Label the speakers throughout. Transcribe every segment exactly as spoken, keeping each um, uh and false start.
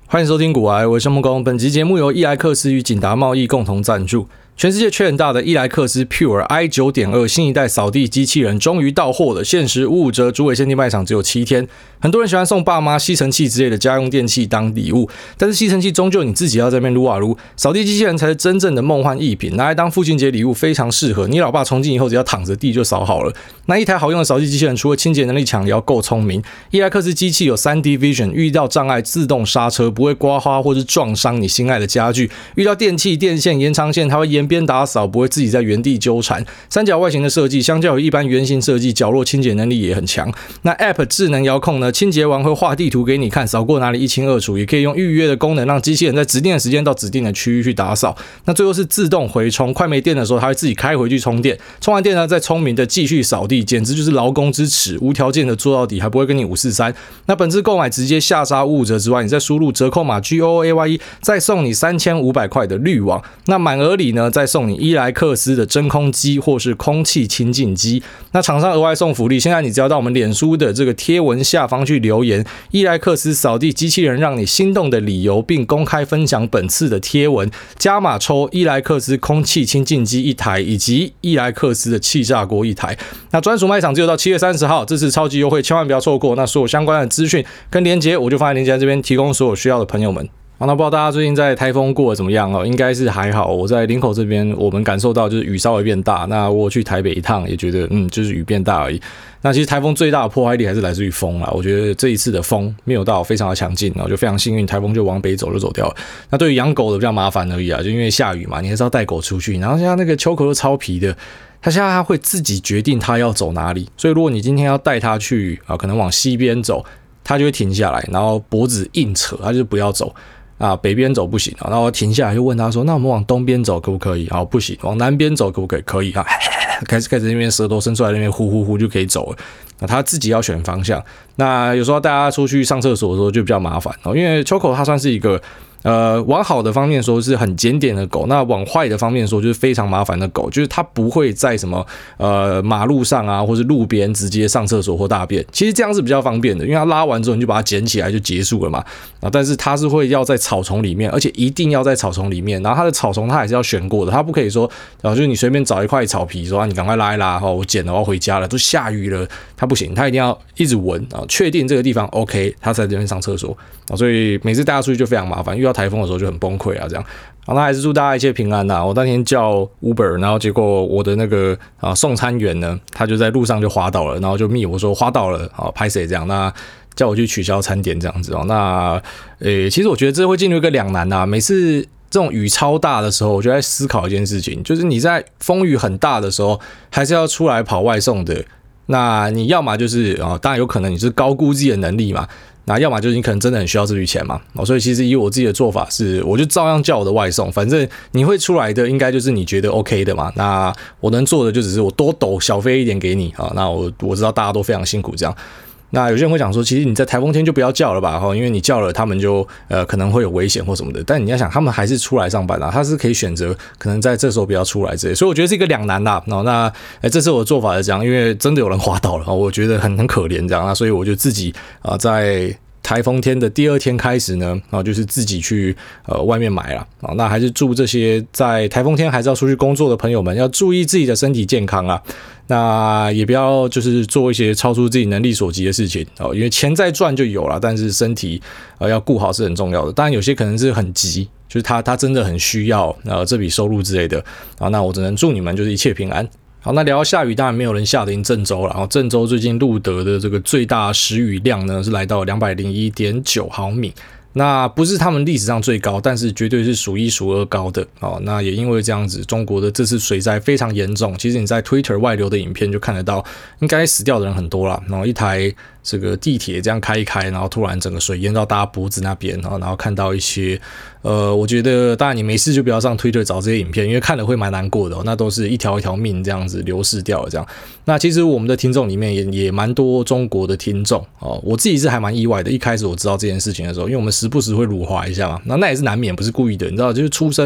Speaker 1: 欢迎收听股癌，我是孟工。本集节目由伊莱克斯与景达贸易共同赞助。全世界缺很大的伊莱克斯 Pure i 九点二 新一代扫地机器人终于到货了，限时五五折，主委限定卖场只有七天。很多人喜欢送爸妈吸尘器之类的家用电器当礼物，但是吸尘器终究你自己要在那边撸啊撸，扫地机器人才是真正的梦幻逸品，拿来当父亲节礼物非常适合。你老爸从今以后只要躺着地就扫好了。那一台好用的扫地机器人，除了清洁能力强，也要够聪明。伊莱克斯机器有 三 D Vision， 遇到障碍自动刹车，不会刮花或是撞伤你心爱的家具。遇到电器、电线、延长线，它会沿边打扫，不会自己在原地纠缠。三角外形的设计，相较于一般圆形设计，角落清洁能力也很强。那 App 智能遥控呢，清洁完会画地图给你看，扫过哪里一清二楚，也可以用预约的功能，让机器人在指定的时间到指定的区域去打扫。那最后是自动回充，快没电的时候，它会自己开回去充电，充完电呢，再聪明的继续扫地，简直就是劳工之耻，无条件的做到底，还不会跟你五四三。那本次购买直接下杀五五折之外，你再输入折扣码 G O O A Y E， 再送你三千五百块的滤网。那满额礼呢，再送你伊莱克斯的真空机或是空气清净机。那厂商额外送福利，现在你只要到我们脸书的这个贴文下方去留言伊莱克斯扫地机器人让你心动的理由，并公开分享本次的贴文，加码抽伊莱克斯空气清净机一台，以及伊莱克斯的气炸锅一台。那专属卖场只有到七月三十号，这次超级优惠，千万不要错过。那所有相关的资讯跟连结，我就放在连结这边，提供所有需要的朋友们。好，那不知道大家最近在台风过得怎么样哦？应该是还好。我在林口这边，我们感受到就是雨稍微变大。那我去台北一趟，也觉得嗯，就是雨变大而已。那其实台风最大的破坏力还是来自于风啦。我觉得这一次的风没有到非常的强劲，然后就非常幸运，台风就往北走就走掉了。那对于养狗的比较麻烦而已啊，就因为下雨嘛，你还是要带狗出去。然后现在那个秋口都超皮的。他现在他会自己决定他要走哪里，所以如果你今天要带他去啊，可能往西边走，他就会停下来，然后脖子硬扯，他就不要走啊，北边走不行，然后停下来就问他说：“那我们往东边走可不可以？”好，不行，往南边走可不可以？可以啊，开始开始那边舌头伸出来，那边呼呼呼就可以走了。那他自己要选方向。那有时候大家出去上厕所的时候就比较麻烦哦，因为秋口它算是一个。呃，往好的方面说是很检点的狗，那往坏的方面说就是非常麻烦的狗，就是它不会在什么呃马路上啊，或是路边直接上厕所或大便。其实这样是比较方便的，因为它拉完之后你就把它捡起来就结束了嘛。啊，但是它是会要在草丛里面，而且一定要在草丛里面。然后它的草丛它还是要选过的，它不可以说，然后就是你随便找一块草皮说啊，你赶快拉一拉，哦，我捡了，我要回家了，都下雨了，它不行，它一定要一直闻啊，确定这个地方 OK， 它才在这边上厕所啊。所以每次带它出去就非常麻烦，遇到台风的时候就很崩溃啊，这样。好，那还是祝大家一切平安呐。我那天叫 Uber， 然后结果我的那个啊送餐员呢，他就在路上就滑倒了，然后就密我说滑倒了，好拍谁这样，那叫我去取消餐点这样子哦。那诶，其实我觉得这会进入一个两难呐。每次这种雨超大的时候，我就在思考一件事情，就是你在风雨很大的时候，还是要出来跑外送的。那你要嘛就是啊，当然有可能你是高估自己的能力嘛。那要么就是你可能真的很需要这笔钱嘛，所以其实以我自己的做法是，我就照样叫我的外送，反正你会出来的应该就是你觉得 OK 的嘛。那我能做的就只是我多抖小费一点给你啊。那我我知道大家都非常辛苦这样。那有些人会讲说，其实你在台风天就不要叫了吧，因为你叫了他们就呃可能会有危险或什么的。但你要想，他们还是出来上班啦，他是可以选择可能在这时候不要出来之类，所以我觉得是一个两难啦。那呃这次我的做法是这样，因为真的有人滑倒了，我觉得很很可怜这样，那所以我就自己啊、呃、在。台风天的第二天开始呢，啊，就是自己去呃外面买啦，啊，那还是祝这些在台风天还是要出去工作的朋友们要注意自己的身体健康啊，那也不要就是做一些超出自己能力所及的事情哦，因为钱再赚就有了，但是身体呃要顾好是很重要的。当然有些可能是很急，就是他他真的很需要呃这笔收入之类的啊，那我只能祝你们就是一切平安。好，那聊到下雨，当然没有人下得赢郑州了。然后郑州最近录得的这个最大时雨量呢，是来到 两百零一点九毫米。那不是他们历史上最高，但是绝对是数一数二高的哦。那也因为这样子，中国的这次水灾非常严重。其实你在 Twitter 外流的影片就看得到，应该死掉的人很多啦。然后一台这个地铁这样开一开，然后突然整个水淹到大家脖子那边，然后然后看到一些呃，我觉得当然你没事就不要上 Twitter 找这些影片，因为看了会蛮难过的哦。那都是一条一条命这样子流逝掉了这样。那其实我们的听众里面也也蛮多中国的听众哦，我自己是还蛮意外的。一开始我知道这件事情的时候，因为我们时不时会辱华一下嘛，那那也是难免，不是故意的，你知道，就是出生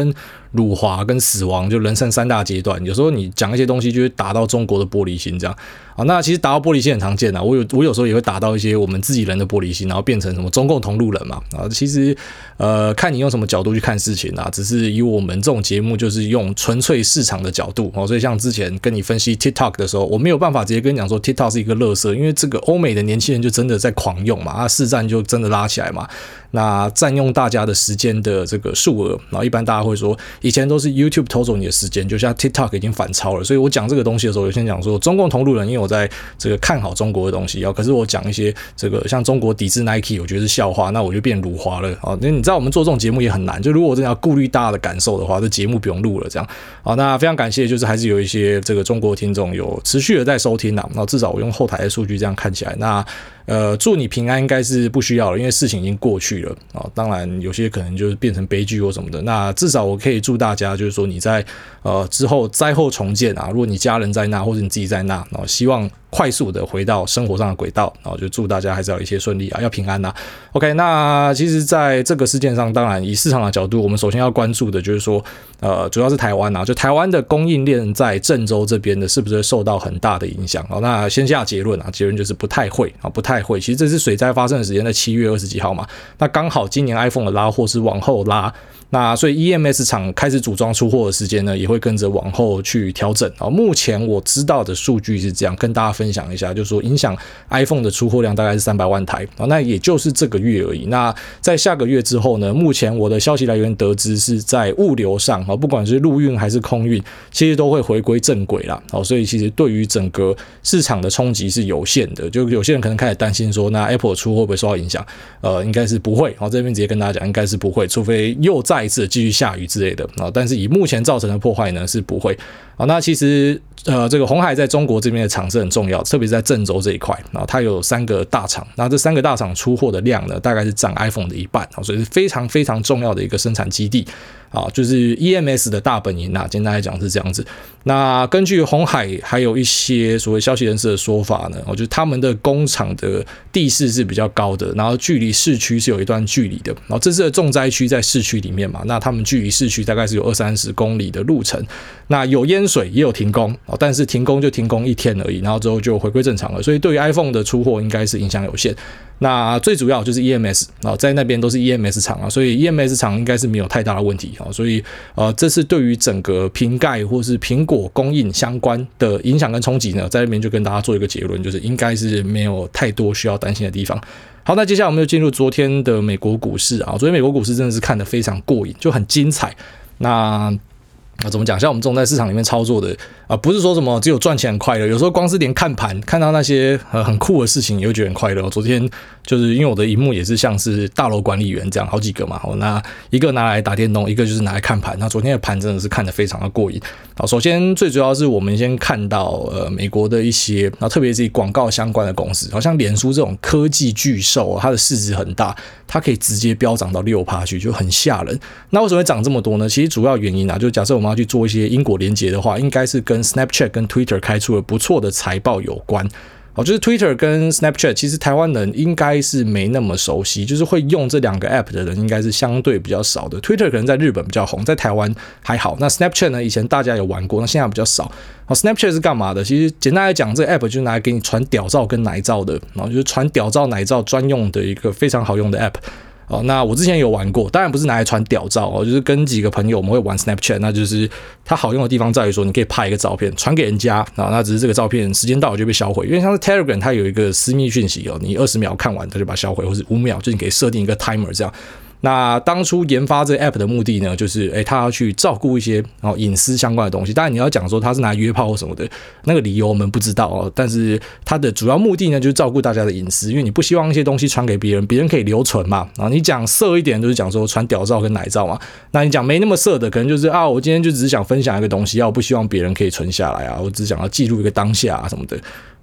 Speaker 1: 辱华跟死亡，就人生三大阶段。有时候你讲一些东西就会打到中国的玻璃心，这样啊。那其实打到玻璃心很常见啊，我有我有时候也会打到一些我们自己人的玻璃心，然后变成什么中共同路人嘛啊。其实呃，看你用什么角度去看事情啊，只是以我们这种节目就是用纯粹市场的角度哦，所以像之前跟你分析 TikTok 的时候，我没有办法直接跟你讲说 TikTok 是一个垃圾，因为这个欧美的年轻人就真的在狂用嘛，啊，市占就真的拉起来嘛。那占用大家的时间的这个数额，然后一般大家会说，以前都是 YouTube 偷走你的时间，就像 TikTok 已经反超了。所以我讲这个东西的时候，有些人讲说中共同路人，因为我在这个看好中国的东西啊，可是我讲一些这个像中国抵制 Nike， 我觉得是笑话，那我就变辱华了啊。那你知道我们做这种节目也很难，就如果我真的要顾虑大家的感受的话，这节目不用录了这样。好，那非常感谢，就是还是有一些这个中国听众有持续的在收听啦，然后至少我用后台的数据这样看起来，那。呃，祝你平安应该是不需要了，因为事情已经过去了啊。当然，有些可能就是变成悲剧或什么的。那至少我可以祝大家，就是说你在呃之后灾后重建啊，如果你家人在那，或者你自己在那，然后希望快速的回到生活上的轨道，然后就祝大家还是要有一些顺利啊，要平安呐、啊。OK， 那其实在这个事件上，当然以市场的角度，我们首先要关注的就是说，呃，主要是台湾啊，就台湾的供应链在郑州这边的是不是会受到很大的影响？好，那先下结论啊，结论就是不太会啊，不太。太会，其实这次水灾发生的时间在七月二十几号嘛，那刚好今年 iPhone 的拉货是往后拉，那所以 E M S 厂开始组装出货的时间呢，也会跟着往后去调整。目前我知道的数据是这样，跟大家分享一下，就是说影响 iPhone 的出货量大概是三百万台，那也就是这个月而已。那在下个月之后呢，目前我的消息来源得知是在物流上，不管是陆运还是空运，其实都会回归正轨啦。所以其实对于整个市场的冲击是有限的，就有些人可能开始担心说，那 Apple 出会不会受到影响？呃，应该是不会。好，这边直接跟大家讲，应该是不会，除非又再一次继续下雨之类的。但是以目前造成的破坏呢，是不会。好，那其实呃，这个鸿海在中国这边的厂是很重要，特别是在郑州这一块。然后它有三个大厂，那这三个大厂出货的量呢，大概是占 iPhone 的一半，所以是非常非常重要的一个生产基地。啊，就是 E M S 的大本营啊，简单来讲是这样子。那根据鸿海还有一些所谓消息人士的说法呢，我觉得他们的工厂的地势是比较高的，然后距离市区是有一段距离的。然后这次的重灾区在市区里面嘛，那他们距离市区大概是有二三十公里的路程。那有淹水也有停工，但是停工就停工一天而已，然后之后就回归正常了。所以对于 iPhone 的出货应该是影响有限。那最主要就是 E M S 啊，在那边都是 E M S 厂啊，所以 E M S 厂应该是没有太大的问题啊，所以呃，这次对于整个瓶盖或是苹果供应相关的影响跟冲击呢，在那边就跟大家做一个结论，就是应该是没有太多需要担心的地方。好，那接下来我们就进入昨天的美国股市啊，昨天美国股市真的是看得非常过瘾，就很精彩。那啊，怎么讲？像我们这种在市场里面操作的啊，不是说什么只有赚钱很快乐，有时候光是连看盘看到那些呃很酷的事情，也会觉得很快乐。昨天就是因为我的萤幕也是像是大楼管理员这样，好几个嘛，那一个拿来打电动，一个就是拿来看盘。那昨天的盘真的是看得非常的过瘾。好，首先最主要是我们先看到呃美国的一些，然后特别是以广告相关的公司，好像脸书这种科技巨兽，它的市值很大，它可以直接飙涨到 百分之六 去，就很吓人。那为什么会涨这么多呢？其实主要原因啊，就假设我们要去做一些因果连结的话，应该是跟 Snapchat 跟 Twitter 开出了不错的财报有关。好，就是 Twitter 跟 Snapchat， 其实台湾人应该是没那么熟悉，就是会用这两个 App 的人应该是相对比较少的。Twitter 可能在日本比较红，在台湾还好。那 Snapchat 呢，以前大家有玩过，那现在比较少。好 ，Snapchat 是干嘛的？其实简单来讲，这个 App 就是拿来给你传屌照跟奶照的，然后就是传屌照奶照专用的一个非常好用的 App。哦，那我之前有玩过，当然不是拿来传屌照哦，就是跟几个朋友我们会玩 Snapchat， 那就是它好用的地方在于说，你可以拍一个照片传给人家啊，那只是这个照片时间到了就被销毁，因为像是 Telegram 它有一个私密讯息哦，你二十秒看完它就把它销毁，或是五秒，就你可以设定一个 timer 这样。那当初研发这个 app 的目的呢，就是诶，他要去照顾一些然后隐私相关的东西。当然你要讲说他是拿来约炮或什么的，那个理由我们不知道哦。但是它的主要目的呢，就是照顾大家的隐私，因为你不希望一些东西传给别人，别人可以留存嘛。然后你讲色一点，就是讲说传屌照跟奶照嘛。那你讲没那么色的，可能就是啊，我今天就只是想分享一个东西，啊，我不希望别人可以存下来啊，我只想要记录一个当下啊什么的。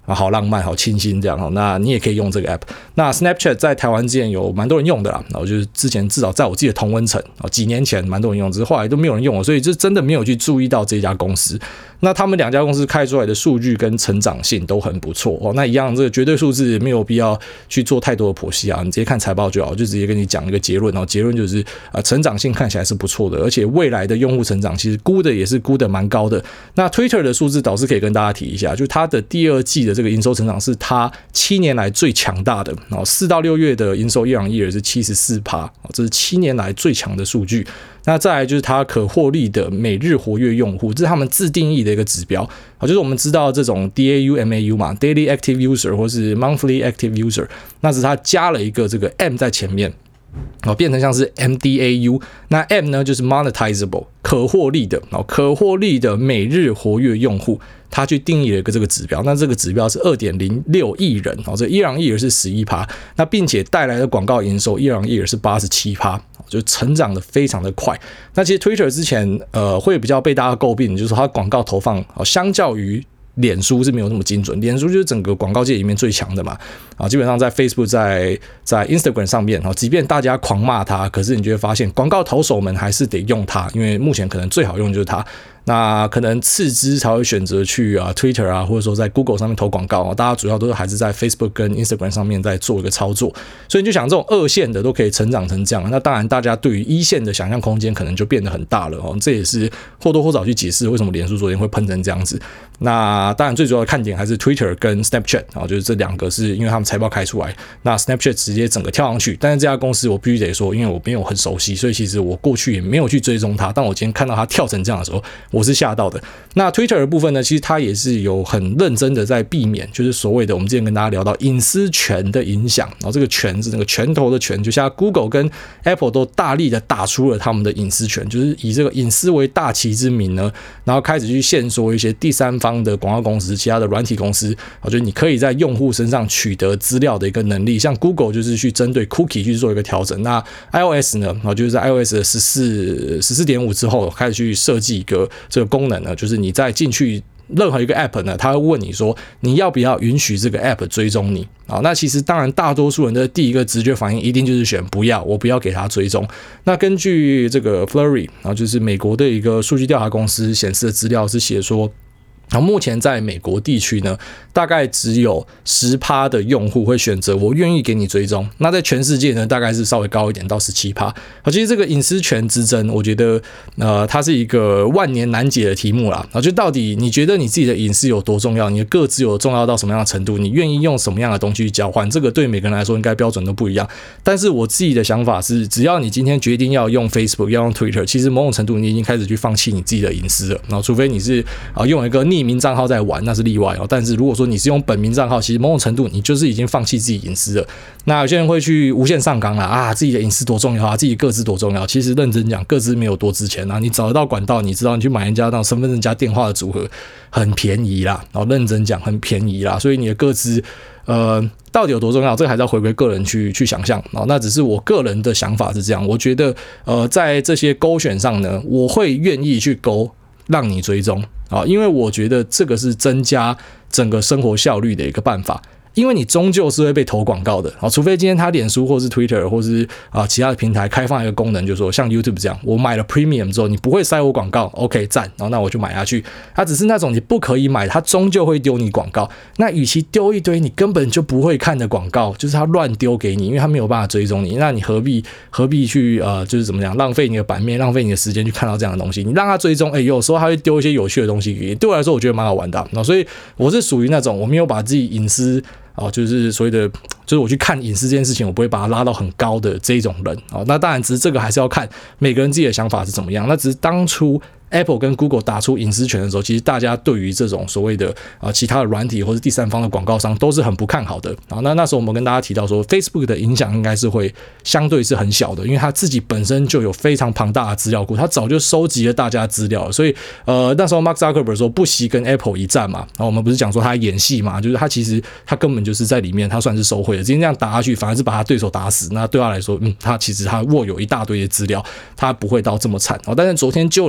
Speaker 1: 啊，好浪漫，好清新这样哦。那你也可以用这个 app。那 Snapchat 在台湾之前有蛮多人用的啦，然后就是之前至少在我自己的同温层啊，几年前蛮多人用，只是后来都没有人用了，所以就真的没有去注意到这家公司。那他们两家公司开出来的数据跟成长性都很不错哦。那一样，这个绝对数字没有必要去做太多的剖析啊，你直接看财报就好，就直接跟你讲一个结论哦。结论就是呃，成长性看起来是不错的，而且未来的用户成长其实估的也是估的蛮高的。那 Twitter 的数字倒是可以跟大家提一下，就它的第二季的这个营收成长是它七年来最强大的哦，四到六月的营收year on year是 百分之七十四， 这是七年来最强的数据。那再来就是它可获利的每日活跃用户，这是他们自定义的一个指标，就是我们知道这种 D A U M A U 嘛 ，Daily Active User 或是 Monthly Active User， 那是它加了一个这个 M 在前面。哦，变成像是 M D A U， 那 M 呢就是 monetizable 可获利的，哦，可获利的每日活跃用户，它去定义了一个这个指标，那这个指标是 二点零六亿人，哦，这 year on year 是 百分之十一， 那并且带来的广告营收 year on year 是 百分之八十七， 就成长的非常的快。那其实 Twitter 之前呃会比较被大家诟病，就是说它广告投放，哦，相较于脸书是没有那么精准，脸书就是整个广告界里面最强的嘛，啊，基本上在 Facebook 在在 Instagram 上面，即便大家狂骂它，可是你就会发现广告投手们还是得用它，因为目前可能最好用的就是它。那可能次之才会选择去啊 Twitter 啊，或者说在 Google 上面投广告，大家主要都是还是在 Facebook 跟 Instagram 上面在做一个操作，所以你就想这种二线的都可以成长成这样，那当然大家对于一线的想象空间可能就变得很大了哦，这也是或多或少去解释为什么脸书昨天会喷成这样子。那当然最主要的看点还是 Twitter 跟 Snapchat， 啊，就是这两个是因为他们财报开出来，那 Snapchat 直接整个跳上去，但是这家公司我必须得说，因为我没有很熟悉，所以其实我过去也没有去追踪它，但我今天看到它跳成这样的时候，我是吓到的。那 Twitter 的部分呢，其实它也是有很认真的在避免，就是所谓的我们之前跟大家聊到隐私权的影响，然后这个权是那个拳头的权，就像 Google 跟 Apple 都大力的打出了他们的隐私权，就是以这个隐私为大旗之名呢，然后开始去限缩一些第三方的广告公司、其他的软体公司，就是你可以在用户身上取得资料的一个能力。像 Google 就是去针对 Cookie 去做一个调整，那 iOS 呢，就是在 iOS 的 十四点五 之后开始去设计一个这个功能呢，就是你在进去任何一个 app 呢，他会问你说你要不要允许这个 app 追踪你啊？那其实当然大多数人的第一个直觉反应一定就是选不要，我不要给他追踪。那根据这个 Flurry， 然后就是美国的一个数据调查公司显示的资料是写说，然后目前在美国地区呢，大概只有 百分之十 的用户会选择我愿意给你追踪，那在全世界呢，大概是稍微高一点到 百分之十七。 好，其实这个隐私权之争，我觉得呃，它是一个万年难解的题目啦。然后就到底你觉得你自己的隐私有多重要，你的个资有重要到什么样的程度，你愿意用什么样的东西去交换，这个对每个人来说应该标准都不一样。但是我自己的想法是，只要你今天决定要用 Facebook 要用 Twitter， 其实某种程度你已经开始去放弃你自己的隐私了，然后除非你是啊用一个匿名账号在玩，那是例外哦。但是如果说你是用本名账号，其实某种程度你就是已经放弃自己隐私了。那有些人会去无限上纲啦，啊，自己的隐私多重要啊，自己个资多重要。其实认真讲，个资没有多值钱啊。你找得到管道，你知道你去买人家那种身份证加电话的组合，很便宜啦。然后认真讲，很便宜啦。所以你的个资，呃，到底有多重要？这个还是要回归个人去去想象。那只是我个人的想法是这样，我觉得，呃，在这些勾选上呢，我会愿意去勾让你追踪。啊，因为我觉得这个是增加整个生活效率的一个办法。因为你终究是会被投广告的，除非今天他脸书或是 Twitter 或是啊其他的平台开放一个功能，就是说像 YouTube 这样，我买了 Premium 之后，你不会塞我广告 ，OK 赞，然后那我就买下去。它只是那种你不可以买，它终究会丢你广告。那与其丢一堆你根本就不会看的广告，就是他乱丢给你，因为他没有办法追踪你，那你何必何必去呃就是怎么讲，浪费你的版面，浪费你的时间去看到这样的东西？你让他追踪，哎，有时候他会丢一些有趣的东西给你，对我来说我觉得蛮好玩的。然后所以我是属于那种我没有把自己隐私。哦，就是所谓的，就是我去看隐私这件事情，我不会把它拉到很高的这一种人。哦，那当然，只是这个还是要看每个人自己的想法是怎么样。那只是当初 Apple 跟 Google 打出隐私权的时候，其实大家对于这种所谓的啊其他的软体或是第三方的广告商都是很不看好的。啊，那那时候我们跟大家提到说 ，Facebook 的影响应该是会相对是很小的，因为它自己本身就有非常庞大的资料库，它早就收集了大家的资料了。所以呃那时候 Mark Zuckerberg 说不惜跟 Apple 一战嘛，然后我们不是讲说他演戏嘛，就是他其实他根本就是在里面，他算是受贿的。今天这样打下去，反而是把他对手打死。那对他来说，嗯，他其实他握有一大堆的资料，他不会到这么惨。哦，但是昨天就连的 Trade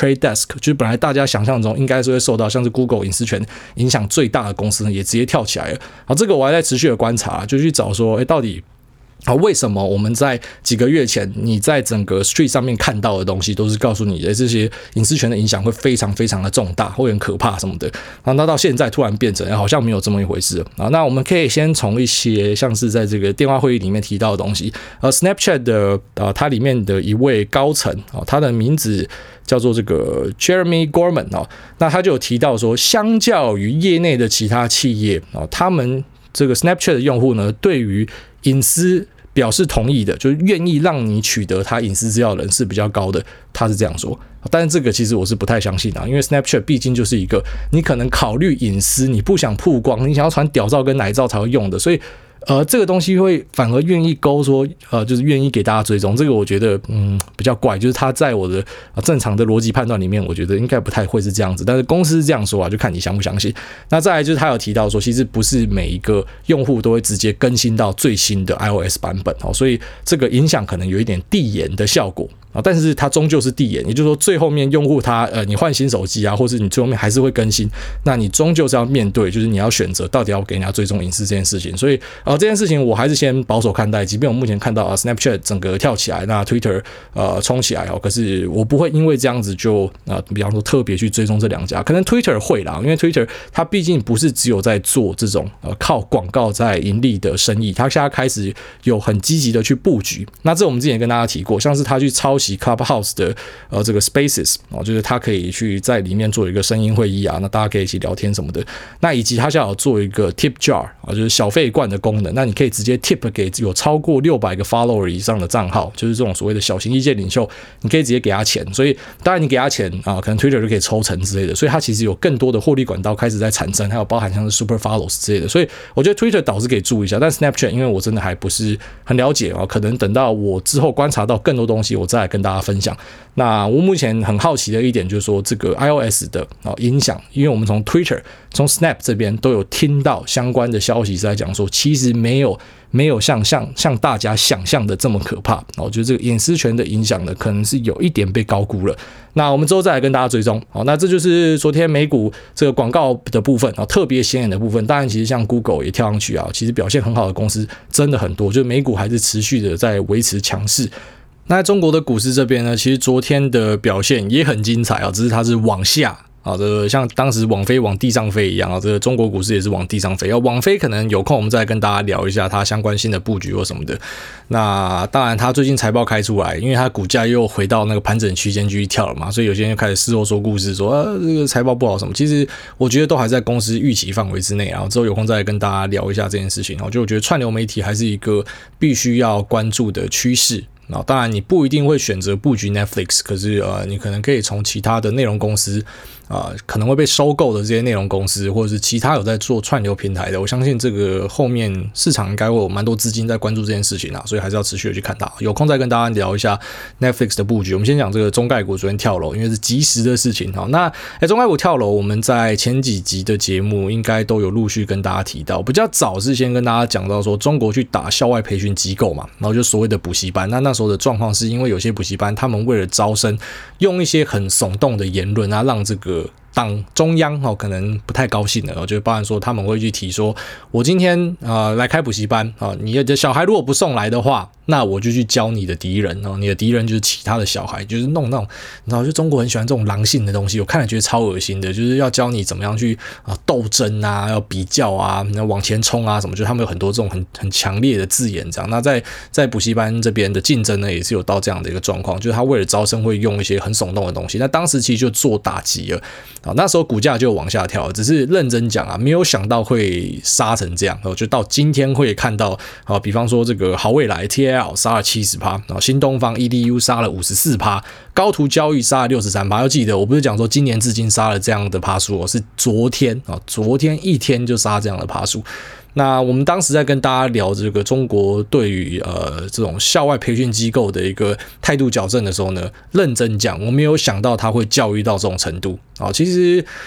Speaker 1: Trade Desk， 就是本来大家想象中应该是会受到像是 Google 隐私权影响最大的公司呢，也直接跳起来了。好，这个我还在持续的观察，就去找说，哎，到底啊，为什么我们在几个月前，你在整个 Street 上面看到的东西，都是告诉你的这些隐私权的影响会非常非常的重大，会很可怕什么的。啊，那到现在突然变成好像没有这么一回事啊。那我们可以先从一些像是在这个电话会议里面提到的东西，呃 ，Snapchat 的呃，它里面的一位高层啊，他的名字叫做这个 Jeremy Gorman 哦，那他就有提到说，相较于业内的其他企业啊，他们这个 Snapchat 的用户呢，对于隐私表示同意的，就是愿意让你取得他隐私资料的人是比较高的，他是这样说。但是这个其实我是不太相信的，因为 Snapchat 毕竟就是一个你可能考虑隐私，你不想曝光，你想要传屌照跟奶照才会用的，所以呃，这个东西会反而愿意勾说，呃，就是愿意给大家追踪，这个我觉得嗯比较怪，就是他在我的、呃、正常的逻辑判断里面，我觉得应该不太会是这样子，但是公司是这样说啊，就看你相不相信。那再来就是他有提到说，其实不是每一个用户都会直接更新到最新的 iOS 版本哦，所以这个影响可能有一点递延的效果。啊，但是它终究是递延，也就是说，最后面用户他呃，你换新手机啊，或是你最后面还是会更新，那你终究是要面对，就是你要选择到底要给人家追踪隐私这件事情。所以呃，这件事情我还是先保守看待，即便我目前看到啊 ，Snapchat 整个跳起来，那 Twitter 呃冲起来哦，可是我不会因为这样子就啊、呃，比方说特别去追踪这两家，可能 Twitter 会啦，因为 Twitter 它毕竟不是只有在做这种呃靠广告在盈利的生意，它现在开始有很积极的去布局。那这我们之前也跟大家提过，像是它去抄Clubhouse 的呃这个 Spaces 哦，就是它可以去在里面做一个声音会议啊，那大家可以一起聊天什么的。那以及它现在有做一个 Tip Jar 啊，就是小费罐的功能，那你可以直接 tip 给有超过六百个 follower 以上的账号，就是这种所谓的小型意见领袖，你可以直接给他钱。所以当然你给他钱啊，可能 Twitter 就可以抽成之类的，所以它其实有更多的获利管道开始在产生，还有包含像是 Super Follows 之类的。所以我觉得 Twitter 导致可以注意一下，但 Snapchat 因为我真的还不是很了解啊，可能等到我之后观察到更多东西，我再来跟大家分享。那我目前很好奇的一点就是说，这个 iOS 的影响，因为我们从 Twitter、从 Snap 这边都有听到相关的消息是在讲说，其实没有没有像像像大家想象的这么可怕。我觉得这个隐私权的影响呢，可能是有一点被高估了。那我们之后再来跟大家追踪。好，那这就是昨天美股这个广告的部分，特别显眼的部分。当然，其实像 Google 也跳上去啊，其实表现很好的公司真的很多，就是美股还是持续的在维持强势。那在中国的股市这边呢，其实昨天的表现也很精彩啊，只是它是往下啊，这个像当时网飞往地上飞一样啊，这个中国股市也是往地上飞。要网飞可能有空我们再跟大家聊一下它相关性的布局或什么的。那当然，它最近财报开出来，因为它股价又回到那个盘整区间继续跳了嘛，所以有些人就开始事后说故事，说啊这个财报不好什么。其实我觉得都还在公司预期范围之内啊。之后有空再跟大家聊一下这件事情。我就我觉得串流媒体还是一个必须要关注的趋势。当然你不一定会选择布局 Netflix， 可是呃，你可能可以从其他的内容公司啊、呃，可能会被收购的这些内容公司，或者是其他有在做串流平台的，我相信这个后面市场应该会有蛮多资金在关注这件事情啊，所以还是要持续的去看它。有空再跟大家聊一下 Netflix 的布局。我们先讲这个中概股昨天跳楼，因为是即时的事情。好，那诶中概股跳楼，我们在前几集的节目应该都有陆续跟大家提到，比较早是先跟大家讲到说中国去打校外培训机构嘛，然后就所谓的补习班，那那时候的状况是因为有些补习班他们为了招生，用一些很耸动的言论啊，让这个党中央哦可能不太高兴了，就包含说他们会去提说，我今天呃来开补习班啊，你的小孩如果不送来的话，那我就去教你的敌人哦，你的敌人就是其他的小孩，就是弄那种，你知道，就中国很喜欢这种狼性的东西，我看了觉得超恶心的，就是要教你怎么样去啊斗争啊，要比较啊，往前冲啊什么，就他们有很多这种很很强烈的字眼这样。那在在补习班这边的竞争呢，也是有到这样的一个状况，就是他为了招生会用一些很耸动的东西，那当时其实就做打击了。啊，那时候股价就往下跳，只是认真讲啊，没有想到会杀成这样，就到今天会看到啊，比方说这个好未来 T A L 杀了 百分之七十， 新东方 E D U 杀了 百分之五十四， 高途交易杀了 百分之六十三。 要记得我不是讲说今年至今杀了这样的趴数，是昨天啊，昨天一天就杀这样的趴数。那我们当时在跟大家聊这个中国对于呃这种校外培训机构的一个态度矫正的时候呢，认真讲，我没有想到他会教育到这种程度啊。其实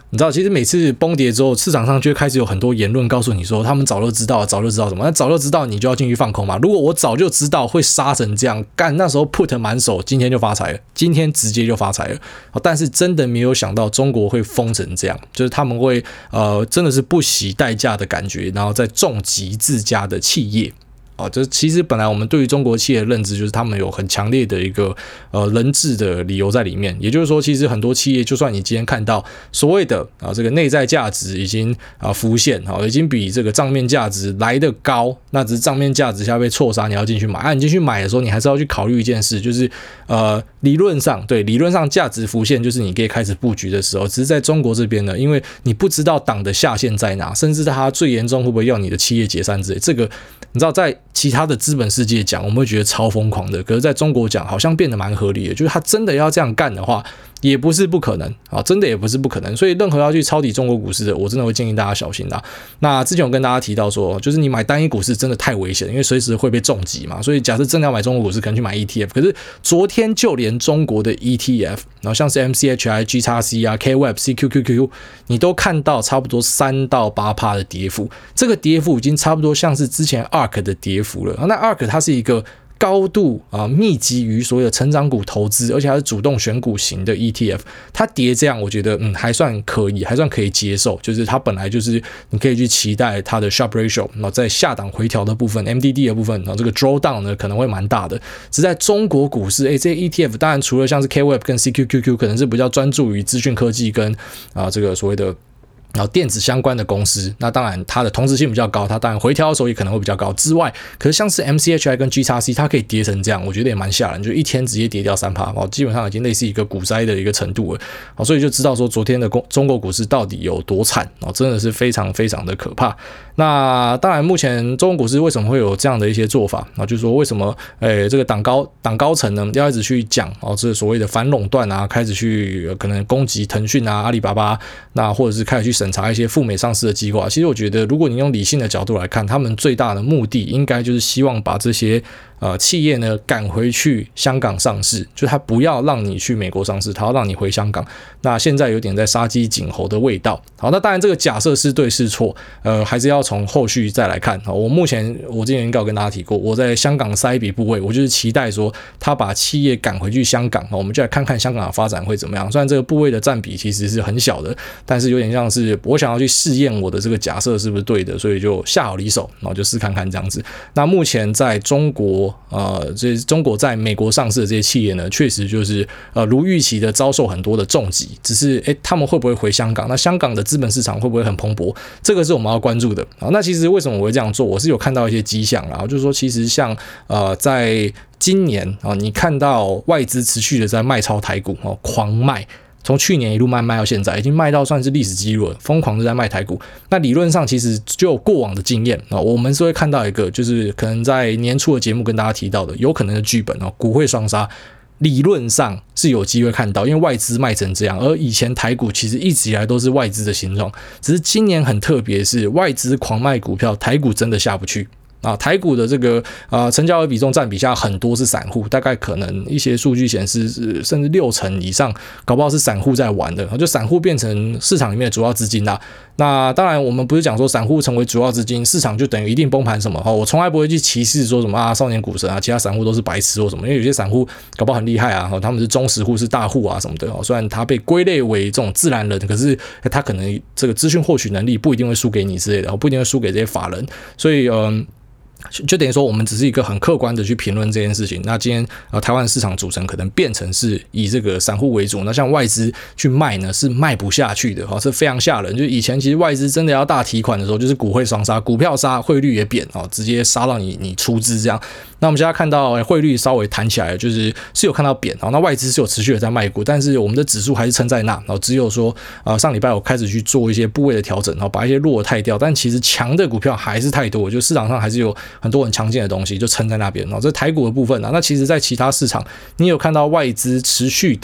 Speaker 1: 你知道，其实每次崩跌之后，市场上就会开始有很多言论告诉你说，他们早就知道，早就知道什么？那早就知道，你就要进去放空嘛。如果我早就知道会杀成这样，干那时候 put 满手，今天就发财了，今天直接就发财了。但是真的没有想到中国会疯成这样，就是他们会呃真的是不惜代价的感觉，然后再重击自家的企业。哦，这其实本来我们对于中国企业的认知就是他们有很强烈的一个呃人治的理由在里面，也就是说，其实很多企业，就算你今天看到所谓的啊这个内在价值已经啊浮现，啊已经比这个账面价值来得高，那只是账面价值下被错杀，你要进去买，啊你进去买的时候，你还是要去考虑一件事，就是呃理论上对理论上价值浮现就是你可以开始布局的时候，只是在中国这边呢，因为你不知道党的下限在哪，甚至它最严重会不会要你的企业解散之类，这个你知道在其他的资本世界讲，我们会觉得超疯狂的，可是在中国讲好像变得蛮合理的，就是他真的要这样干的话，也不是不可能啊，真的也不是不可能。所以任何要去抄底中国股市的，我真的会建议大家小心啦。那之前我跟大家提到说，就是你买单一股市真的太危险，因为随时会被重击嘛。所以假设真的要买中国股市，可能去买 E T F。可是昨天就连中国的 E T F， 然后像是 M C H I、G X C 啊、K W E B、C Q Q Q， 你都看到差不多三到八%的跌幅，这个跌幅已经差不多像是之前 A R K 的跌幅了。那 A R K 它是一个高度啊密集于所有的成长股投资，而且它是主动选股型的 E T F， 它跌这样，我觉得嗯还算可以，还算可以接受。就是它本来就是你可以去期待它的 Sharpe Ratio， 然后在下档回调的部分 ，M D D 的部分，然后这个 Drawdown 呢可能会蛮大的。只在中国股市，哎，这些 E T F 当然除了像是 K W E B 跟 C Q Q Q 可能是比较专注于资讯科技跟啊这个所谓的。然后电子相关的公司，那当然它的同质性比较高，它当然回调的时候也可能会比较高。之外，可是像是 M C H I 跟 G X C， 它可以跌成这样，我觉得也蛮吓人，就一天直接跌掉 百分之三， 基本上已经类似一个股灾的一个程度了。所以就知道说昨天的中国股市到底有多惨，真的是非常非常的可怕。那当然，目前中国股市为什么会有这样的一些做法？就是说为什么诶这个党高党高层呢要一直去讲哦，这所谓的反垄断啊，开始去可能攻击腾讯啊、阿里巴巴，那或者是开始去审查一些赴美上市的机构啊。其实我觉得，如果你用理性的角度来看，他们最大的目的应该就是希望把这些呃企业呢赶回去香港上市，就他不要让你去美国上市，他要让你回香港。那现在有点在杀鸡儆猴的味道。好，那当然这个假设是对是错，呃，还是要从后续再来看。好，我目前我之前应该有跟大家提过，我在香港塞一笔部位，我就是期待说他把企业赶回去香港，我们就来看看香港的发展会怎么样。虽然这个部位的占比其实是很小的，但是有点像是我想要去试验我的这个假设是不是对的，所以就下好离手，然后就试看看这样子。那目前在中国，呃，这中国在美国上市的这些企业呢，确实就是呃如预期的遭受很多的重击，只是诶他们会不会回香港？那香港的资本市场会不会很蓬勃？这个是我们要关注的。好，那其实为什么我会这样做？我是有看到一些迹象啦，就是说其实像呃在今年啊，你看到外资持续的在卖超台股哦，狂卖。从去年一路卖卖到现在，已经卖到算是历史纪录了，疯狂的在卖台股。那理论上其实就有过往的经验啊，我们是会看到一个，就是可能在年初的节目跟大家提到的，有可能的剧本哦，股汇双杀。理论上是有机会看到，因为外资卖成这样，而以前台股其实一直以来都是外资的形状，只是今年很特别，是外资狂卖股票，台股真的下不去。啊，台股的这个呃成交额比重占比下很多是散户，大概可能一些数据显示是甚至六成以上，搞不好是散户在玩的，就散户变成市场里面的主要资金啦。那当然，我们不是讲说散户成为主要资金，市场就等于一定崩盘什么。我从来不会去歧视说什么啊少年股神啊，其他散户都是白痴或什么，因为有些散户搞不好很厉害啊，他们是中实户是大户啊什么的。虽然他被归类为这种自然人，可是他可能这个资讯获取能力不一定会输给你之类的，不一定会输给这些法人，所以嗯。就等于说，我们只是一个很客观的去评论这件事情。那今天呃，台湾市场组成可能变成是以这个散户为主，那像外资去卖呢，是卖不下去的，是非常吓人。就以前其实外资真的要大提款的时候，就是股汇双杀，股票杀，汇率也贬哦，直接杀到你你出资这样。那我们现在看到汇率稍微弹起来了，就是是有看到贬，那外资是有持续的在卖股，但是我们的指数还是撑在那，然后只有说呃上礼拜我开始去做一些部位的调整，然后把一些弱的汰掉，但其实强的股票还是太多，就市场上还是有很多很强劲的东西就撑在那边。这台股的部分啊，那其实在其他市场你有看到外资持续的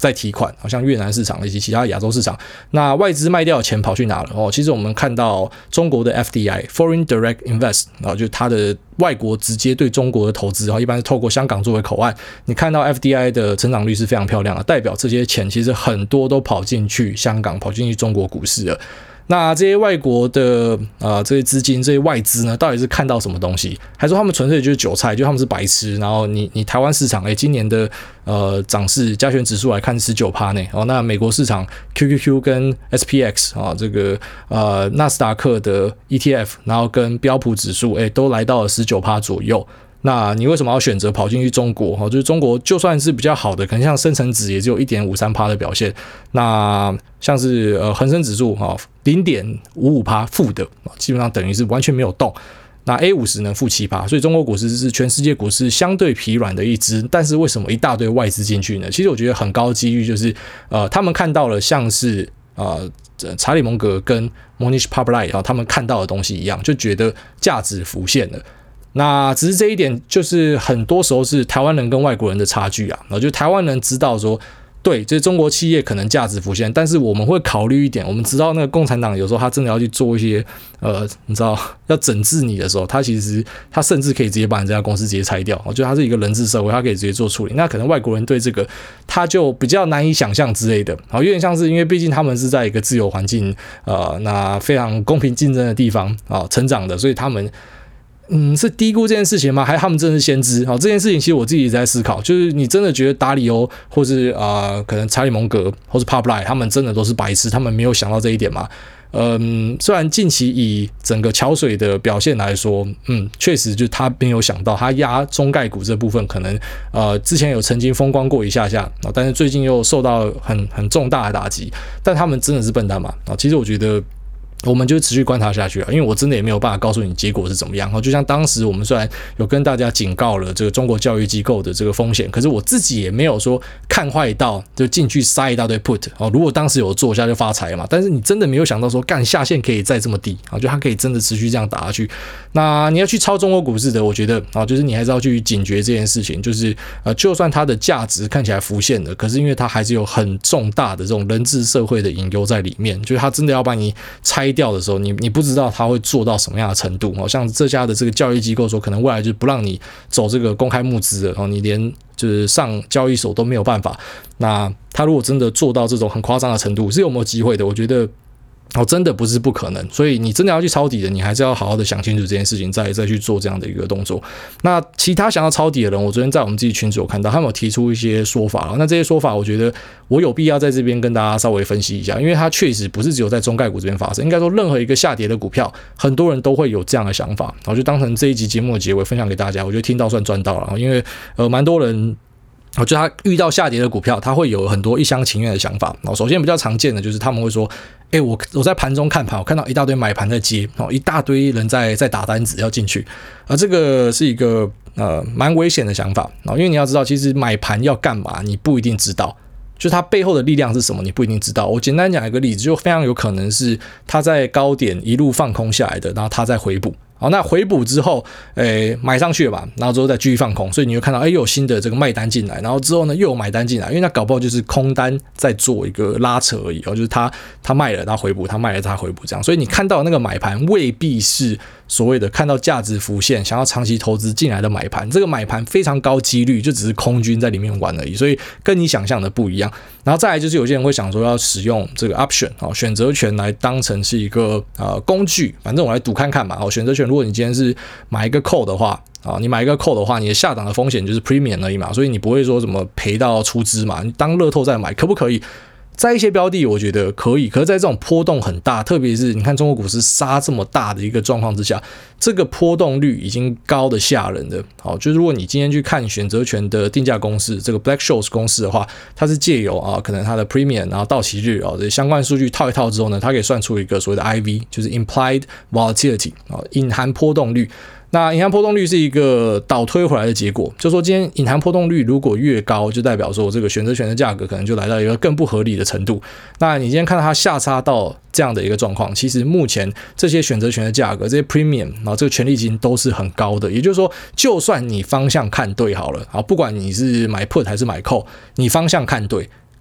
Speaker 1: 在提款，好像越南市场以及其他亚洲市场。那外资卖掉的钱跑去哪了？哦，其实我们看到中国的 F D I（Foreign Direct Invest） 啊，就是它的外国直接对中国的投资，一般是透过香港作为口岸。你看到 F D I 的成长率是非常漂亮的，代表这些钱其实很多都跑进去香港，跑进去中国股市了。那这些外国的呃这些资金这些外资呢，到底是看到什么东西，还是说他们纯粹就是韭菜，就他们是白痴？然后你你台湾市场，哎，今年的呃涨势加权指数来看 百分之十九 呢，哦，那美国市场 Q Q Q 跟 S P X 啊、哦，这个呃纳斯达克的 E T F， 然后跟标普指数，哎，都来到了 百分之十九 左右。那你为什么要选择跑进去中国？就是中国就算是比较好的，可能像深成指也只有 百分之一点五三 的表现。那像是呃恒生指数 百分之零点五五 负的，基本上等于是完全没有动。那 A 五十 呢负 百分之七， 所以中国股市是全世界股市相对疲软的一支。但是为什么一大堆外资进去呢？其实我觉得很高几率就是呃他们看到了像是呃查理蒙格跟 Mohnish Pabrai 他们看到的东西一样，就觉得价值浮现了。那只是这一点，就是很多时候是台湾人跟外国人的差距啊。就台湾人知道说，对，这中国企业可能价值浮现，但是我们会考虑一点，我们知道那个共产党有时候他真的要去做一些，呃，你知道要整治你的时候，他其实他甚至可以直接把你这家公司直接拆掉。我觉得他是一个人治社会，他可以直接做处理。那可能外国人对这个他就比较难以想象之类的，好，有点像是因为毕竟他们是在一个自由环境，呃，那非常公平竞争的地方啊成长的，所以他们。嗯，是低估这件事情吗？还是他们真的是先知？好，这件事情其实我自己一直在思考，就是你真的觉得达里欧或是啊、呃，可能查理蒙格或是 Pabrai 他们真的都是白痴，他们没有想到这一点吗？嗯，虽然近期以整个桥水的表现来说，嗯，确实就是他没有想到，他压中概股这部分可能呃之前有曾经风光过一下下，但是最近又受到很很重大的打击，但他们真的是笨蛋嘛？其实我觉得。我们就持续观察下去啊，因为我真的也没有办法告诉你结果是怎么样。就像当时我们虽然有跟大家警告了这个中国教育机构的这个风险，可是我自己也没有说看坏到就进去塞一大堆 put 哦。如果当时有做下就发财了嘛，但是你真的没有想到说干下限可以再这么低啊，就它可以真的持续这样打下去。那你要去抄中国股市的，我觉得啊，就是你还是要去警觉这件事情，就是呃，就算它的价值看起来浮现了，可是因为它还是有很重大的这种人治社会的隐忧在里面，就是它真的要把你拆掉的时候，你你不知道他会做到什么样的程度。像这家的这个教育机构说，可能未来就不让你走这个公开募资了，你连就是上交易所都没有办法。那他如果真的做到这种很夸张的程度，是有没有机会的？我觉得。哦，真的不是不可能，所以你真的要去抄底的，你还是要好好的想清楚这件事情，再再去做这样的一个动作。那其他想要抄底的人，我昨天在我们自己群组有看到，他们有提出一些说法，那这些说法，我觉得我有必要在这边跟大家稍微分析一下，因为它确实不是只有在中概股这边发生，应该说任何一个下跌的股票，很多人都会有这样的想法，我就当成这一集节目的结尾分享给大家，我觉得听到算赚到了，因为呃蛮多人。我觉得他遇到下跌的股票，他会有很多一厢情愿的想法。首先比较常见的就是他们会说：“哎、欸，我我在盘中看盘，我看到一大堆买盘在接，一大堆人在在打单子要进去。”而这个是一个呃蛮危险的想法。因为你要知道，其实买盘要干嘛，你不一定知道。就它背后的力量是什么，你不一定知道。我简单讲一个例子，就非常有可能是它在高点一路放空下来的，然后它再回补。好，那回补之后，诶，买上去了嘛，然后之后再继续放空，所以你会看到，诶，又有新的这个卖单进来，然后之后呢，又有买单进来，因为那搞不好就是空单在做一个拉扯而已，哦，就是他他卖了他回补，他卖了他回补这样，所以你看到那个买盘未必是所谓的看到价值浮现，想要长期投资进来的买盘，这个买盘非常高几率就只是空军在里面玩而已，所以跟你想象的不一样。然后再来就是有些人会想说要使用这个 option 哦，选择权来当成是一个呃工具，反正我来赌看看嘛，哦，选择权。如果你今天是买一个 call 的话啊，你买一个 call 的话，你的下档的风险就是 premium 而已嘛，所以你不会说什么赔到出资嘛，你当乐透再买可不可以？在一些标的我觉得可以，可是在这种波动很大，特别是你看中国股市杀这么大的一个状况之下，这个波动率已经高的吓人了。好，就是如果你今天去看选择权的定价公式，这个 Black-Scholes 公式的话，它是借由啊可能它的 premium 然后到期日啊这相关数据套一套之后呢，它可以算出一个所谓的 I V， 就是 implied volatility 啊隐含波动率。那隐含波动率是一个倒推回来的结果，就说今天隐含波动率如果越高，就代表说这个选择权的价格可能就来到一个更不合理的程度。那你今天看到它下杀到这样的一个状况，其实目前这些选择权的价格，这些 premium， 然后这个权利金都是很高的。也就是说，就算你方向看对好了，不管你是买 put 还是买 call， 你方向看对。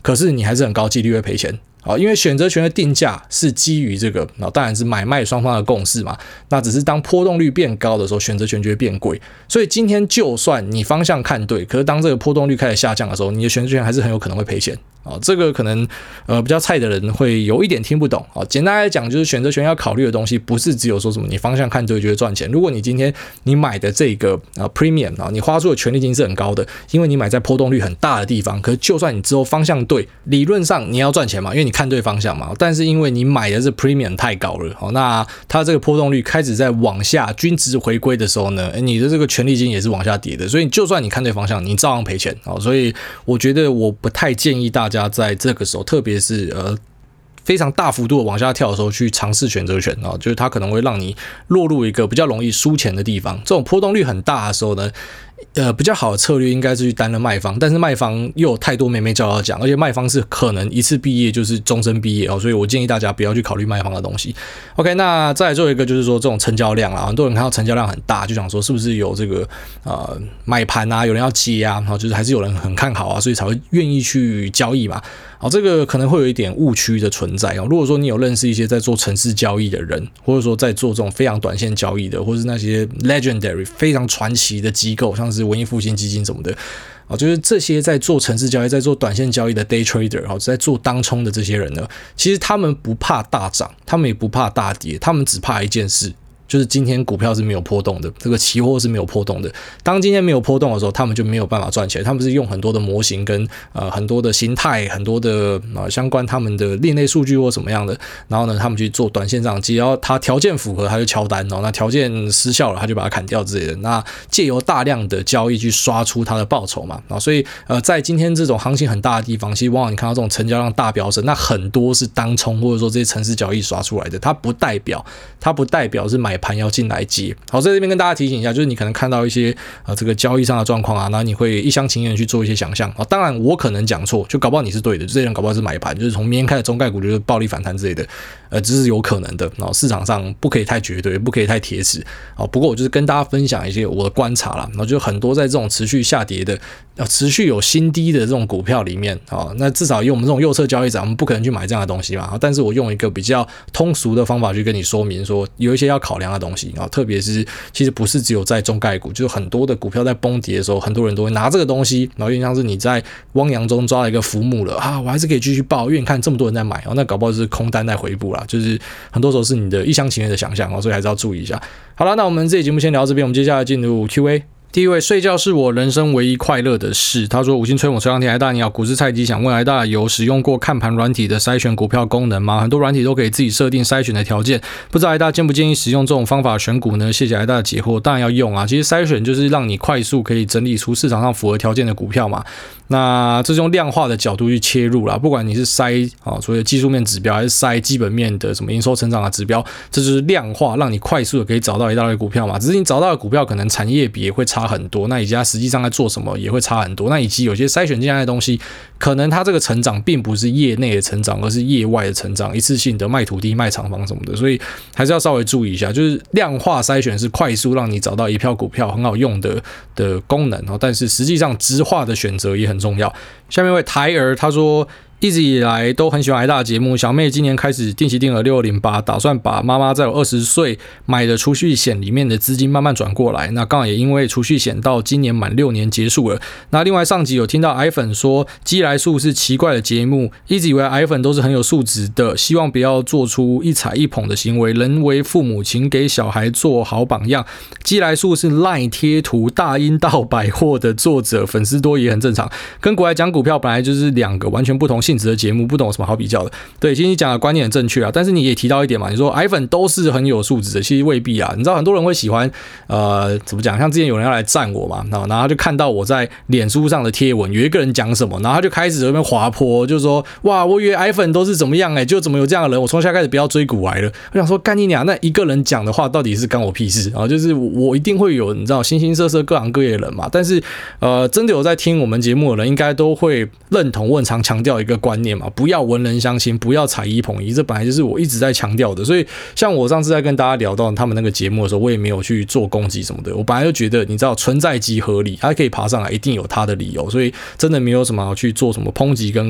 Speaker 1: 可是你还是很高几率会赔钱。好，因为选择权的定价是基于这个，当然是买卖双方的共识嘛。那只是当波动率变高的时候，选择权就会变贵。所以今天就算你方向看对，可是当这个波动率开始下降的时候，你的选择权还是很有可能会赔钱。哦，这个可能呃比较菜的人会有一点听不懂。哦，简单来讲，就是选择权要考虑的东西，不是只有说什么你方向看对就会赚钱。如果你今天你买的这个啊 premium 啊，你花出的权利金是很高的，因为你买在波动率很大的地方。可是就算你之后方向对，理论上你要赚钱嘛，因为你看对方向嘛。但是因为你买的这 premium 太高了，哦，那它这个波动率开始在往下均值回归的时候呢，你的这个权利金也是往下跌的。所以就算你看对方向，你照样赔钱。哦，所以我觉得我不太建议大家在这个时候，特别是呃非常大幅度的往下跳的时候去尝试选择权啊，就是它可能会让你落入一个比较容易输钱的地方。这种波动率很大的时候呢，呃，比较好的策略应该是去担任卖方，但是卖方又有太多眉眉角角讲，而且卖方是可能一次毕业就是终身毕业哦，所以我建议大家不要去考虑卖方的东西。OK， 那再来做一个就是说这种成交量啦，很多人看到成交量很大，就想说是不是有这个呃买盘啊，有人要接啊，然后就是还是有人很看好啊，所以才会愿意去交易嘛。好，这个可能会有一点误区的存在哦。如果说你有认识一些在做程式交易的人，或者说在做这种非常短线交易的，或是那些 legendary 非常传奇的机构，像是文艺复兴基金什么的，哦，就是这些在做程式交易、在做短线交易的 day trader， 哦，在做当冲的这些人呢，其实他们不怕大涨，他们也不怕大跌，他们只怕一件事。就是今天股票是没有波动的，这个期货是没有波动的。当今天没有波动的时候，他们就没有办法赚钱。他们是用很多的模型跟呃很多的形态、很多的呃相关他们的链内数据或什么样的，然后呢，他们去做短线上，只要他条件符合，他就敲单哦。那条件失效了，他就把它砍掉之类的。那借由大量的交易去刷出他的报酬嘛。啊，所以呃，在今天这种行情很大的地方，其实往往你看到这种成交量大飙升，那很多是当冲或者说这些程式交易刷出来的，它不代表它不代表是买盘要进来接。好，在这边跟大家提醒一下，就是你可能看到一些呃这个交易上的状况啊，那你会一厢情愿去做一些想象啊。当然我可能讲错，就搞不好你是对的，这些人搞不好是买盘，就是从明天开始中概股就是暴力反弹之类的，呃，这是有可能的。然后市场上不可以太绝对，不可以太铁齿。好，不过我就是跟大家分享一些我的观察啦。然后就很多在这种持续下跌的、呃持续有新低的这种股票里面，啊，那至少以我们这种右侧交易者，我们不可能去买这样的东西嘛。但是我用一个比较通俗的方法去跟你说明说，有一些要考量的东西。啊，特别是其实不是只有在中概股，就是很多的股票在崩跌的时候，很多人都会拿这个东西，然后有点像是你在汪洋中抓了一个浮木了啊，我还是可以继续抱，因为你看这么多人在买，哦，那搞不好就是空单在回补啦，就是很多时候是你的一厢情愿的想象哦，所以还是要注意一下。好了，那我们这期节目先聊到这边，我们接下来进入 Q A。第一位，睡觉是我人生唯一快乐的事。他说：“五星吹捧吹上天，来大你好，股市菜鸡想问来大有使用过看盘软体的筛选股票功能吗？很多软体都可以自己设定筛选的条件，不知道来大建不建议使用这种方法选股呢？谢谢来大的解惑。当然要用啊，其实筛选就是让你快速可以整理出市场上符合条件的股票嘛。那这是用量化的角度去切入啦，不管你是筛啊，所谓的技术面指标，还是筛基本面的什么营收成长的指标，这就是量化，让你快速的可以找到一大堆股票嘛。只是你找到的股票可能产业比也会差很多，那以及它实际上在做什么也会差很多。那以及有些筛选进来的东西，可能它这个成长并不是业内的成长，而是业外的成长，一次性的卖土地、卖厂房什么的，所以还是要稍微注意一下。就是量化筛选是快速让你找到一票股票很好用的的功能，但是实际上质化的选择也很重要。下面一位台儿他说，一直以来都很喜欢来大的节目，小妹今年开始定期定额六二零八，打算把妈妈在我二十岁买的储蓄险里面的资金慢慢转过来。那刚好也因为储蓄险到今年满六年结束了。那另外上集有听到癌粉说鸡来素是奇怪的节目，一直以为癌粉都是很有素质的，希望不要做出一踩一捧的行为。人为父母，请给小孩做好榜样。鸡来素是 LINE 贴图大英道百货的作者，粉丝多也很正常。跟国外讲股票本来就是两个完全不同性质的节目，不懂有什么好比较的。对，其实你讲的观念很正确啊，但是你也提到一点嘛，你说癌粉都是很有素质的，其实未必啊。你知道很多人会喜欢呃怎么讲，像之前有人要来赞我嘛，然后他就看到我在脸书上的贴文，有一个人讲什么，然后他就开始在那边滑坡，就说哇，我以为癌粉都是怎么样哎、欸，就怎么有这样的人，我从现在开始不要追股癌了。我想说干你娘，那一个人讲的话到底是干我屁事啊？就是我一定会有你知道形形色色各行各业的人嘛，但是呃真的有在听我们节目的人，应该都会认同我很常强调一个观念嘛，不要文人相亲，不要踩一捧一，这本来就是我一直在强调的。所以像我上次在跟大家聊到他们那个节目的时候，我也没有去做攻击什么的，我本来就觉得你知道存在即合理，他可以爬上来一定有他的理由，所以真的没有什么好去做什么抨击跟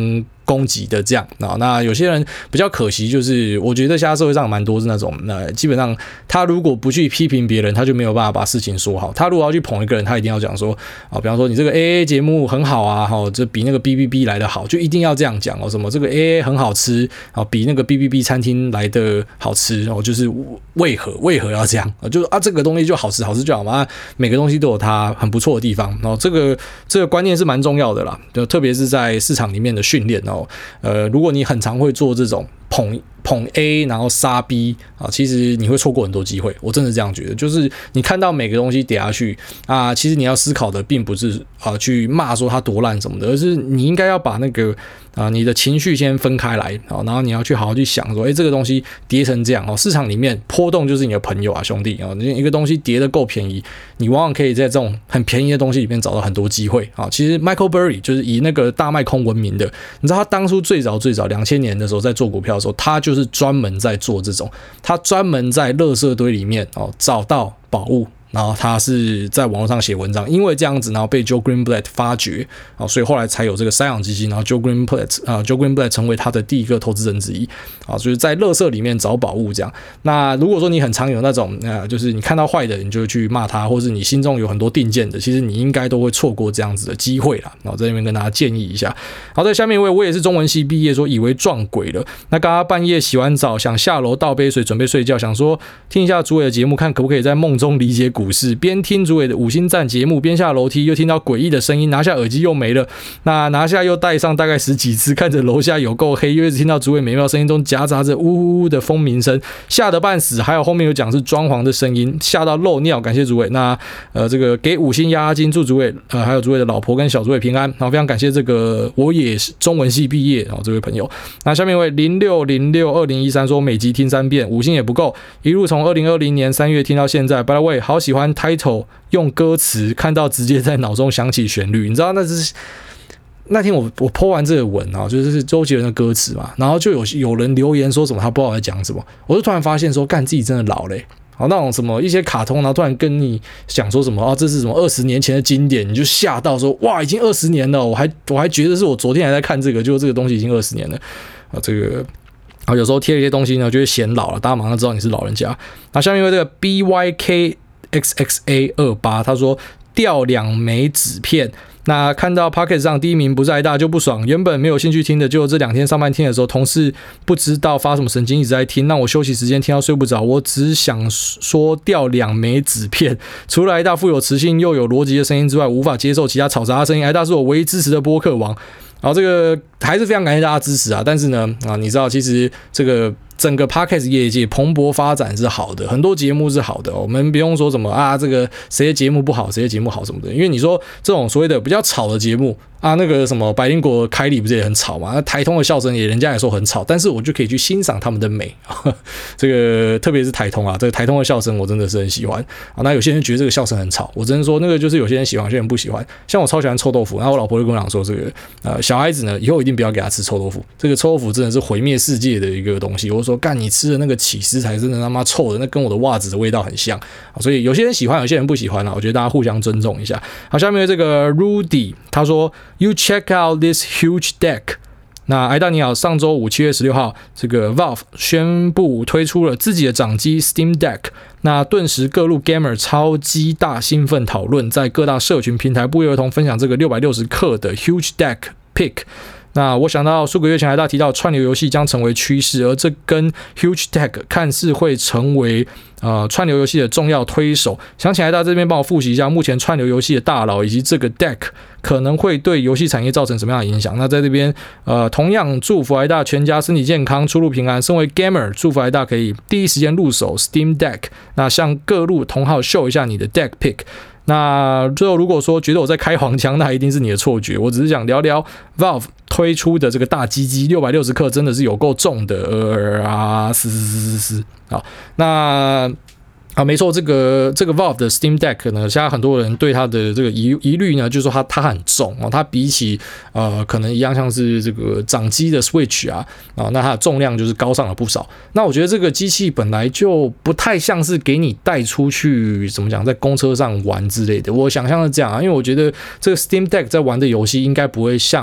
Speaker 1: 攻击的这样啊。那有些人比较可惜，就是我觉得现在社会上蛮多是那种，那基本上他如果不去批评别人，他就没有办法把事情说好。他如果要去捧一个人，他一定要讲说啊，比方说你这个 A A 节目很好啊，哈，这比那个 B B B 来的好，就一定要这样讲哦。什么这个 A A 很好吃啊，比那个 B B B 餐厅来的好吃哦，就是为何为何要这样啊？就是啊，这个东西就好吃好吃就好嘛，每个东西都有它很不错的地方。然后这个这个观念是蛮重要的啦，就特别是在市场里面的训练哦。呃，如果你很常会做这种捧捧 A 然后杀 B 啊，其实你会错过很多机会。我真的这样觉得，就是你看到每个东西跌下去啊，其实你要思考的并不是啊去骂说它多烂什么的，而是你应该要把那个啊你的情绪先分开来啊，然后你要去好好去想说，哎，这个东西跌成这样哦，市场里面波动就是你的朋友啊，兄弟啊，一个东西跌得够便宜，你往往可以在这种很便宜的东西里面找到很多机会啊。其实 Michael Burry 就是以那个大卖空闻名的，你知道他当初最早最早两千年的时候在做股票的时候，他就就是专门在做这种，他专门在垃圾堆里面哦找到宝物，然后他是在网络上写文章，因为这样子，然后被 Joe Greenblatt 发掘啊，所以后来才有这个塞养基金，然后 Joe Greenblatt 啊 Joe Greenblatt 成为他的第一个投资人之一啊，就是在垃圾里面找宝物这样。那如果说你很常有那种啊，就是你看到坏的你就去骂他，或是你心中有很多定见的，其实你应该都会错过这样子的机会啦。然后在这边跟大家建议一下。好，在下面一位，我也是中文系毕业，说以为撞鬼了。那刚刚半夜洗完澡，想下楼倒杯水准备睡觉，想说听一下主委的节目，看可不可以在梦中理解股市。边听主委的五星赞节目，边下楼梯又听到诡异的声音，拿下耳机又没了。那拿下又戴上大概十几次，看着楼下有够黑，又一直听到主委美妙声音中夹杂着呜呜呜的风鸣声，吓得半死。还有后面有讲是装潢的声音，吓到漏尿。感谢主委。那呃这个给五星压压惊，祝主委呃还有主委的老婆跟小主委平安。然后非常感谢这个我也是中文系毕业，然后这位朋友。那下面一位零六零六二零一三说每集听三遍，五星也不够，一路从二零二零年三月听到现在。By the way， 好喜欢title 用歌词，看到直接在脑中想起旋律。你知道那是那天我我 po 完这个文啊，就是周杰伦的歌词嘛，然后就有有人留言说什么他不知道我在讲什么，我就突然发现说，干自己真的老嘞、欸。好，那种什么一些卡通，然后突然跟你讲说什么啊，这是什么二十年前的经典，你就吓到说哇，已经二十年了，我还我还觉得是我昨天还在看这个，结果这个东西已经二十年了啊，这个。啊，有时候贴一些东西呢，就会显老了，大家马上知道你是老人家。那下面因为这个 B Y K X X A 二八，他说掉两枚纸片。那看到 Pocket 上第一名不是挨大就不爽，原本没有兴趣听的，就这两天上班听的时候，同事不知道发什么神经一直在听，让我休息时间听到睡不着。我只想说掉两枚纸片，除了挨大富有磁性又有逻辑的声音之外，无法接受其他吵杂的声音。挨大是我唯一支持的播客王。然后这个还是非常感谢大家支持啊，但是呢啊，你知道其实这个整个 Podcast 业界蓬勃发展是好的，很多节目是好的、哦，我们不用说什么啊，这个谁的节目不好，谁的节目好什么的，因为你说这种所谓的比较吵的节目啊，那个什么百灵果凯里不是也很吵嘛？那台通的笑声也人家也说很吵，但是我就可以去欣赏他们的美，这个特别是台通啊，这个台通的笑声我真的是很喜欢啊。那有些人觉得这个笑声很吵，我只能说那个就是有些人喜欢，有些人不喜欢。像我超喜欢臭豆腐，然后我老婆就跟我讲说，这个呃小孩子呢以后一定不要给他吃臭豆腐，这个臭豆腐真的是毁灭世界的一个东西。我说干，你吃的那个起司才真的他妈臭的，那跟我的袜子的味道很像，所以有些人喜欢，有些人不喜欢啦。我觉得大家互相尊重一下。好，下面这个 Rudy 他说 You check out this huge deck。那挨大你好，上周五七月十六号，这个 Valve 宣布推出了自己的掌机 Steam Deck， 那顿时各路 gamer 超级大兴奋讨论，在各大社群平台不约而同分享这个六百六十克的 huge deck pick。那我想到数个月前挨大提到串流游戏将成为趋势，而这跟 Huge Deck 看似会成为呃串流游戏的重要推手。想起挨大这边帮我复习一下目前串流游戏的大佬以及这个 Deck 可能会对游戏产业造成什么样的影响。那在这边呃同样祝福挨大全家身体健康，出入平安。身为 Gamer， 祝福挨大可以第一时间入手 Steam Deck， 那向各路同好秀一下你的 Deck Pick。那最后如果说觉得我在开黄腔，那一定是你的错觉，我只是想聊聊 Valve 推出的这个大鸡鸡六百六十克真的是有够重的，呃啊嘶嘶嘶嘶。好，那啊，没错，这个这个 Valve 的 Steam Deck 呢，现在很多人对它的这个疑疑虑呢，就是说它它很重哦，它比起呃可能一样像是这个掌机的 Switch 啊啊，那它的重量就是高上了不少。那我觉得这个机器本来就不太像是给你带出去怎么讲，在公车上玩之类的。我想象是这样啊，因为我觉得这个 Steam Deck 在玩的游戏应该不会像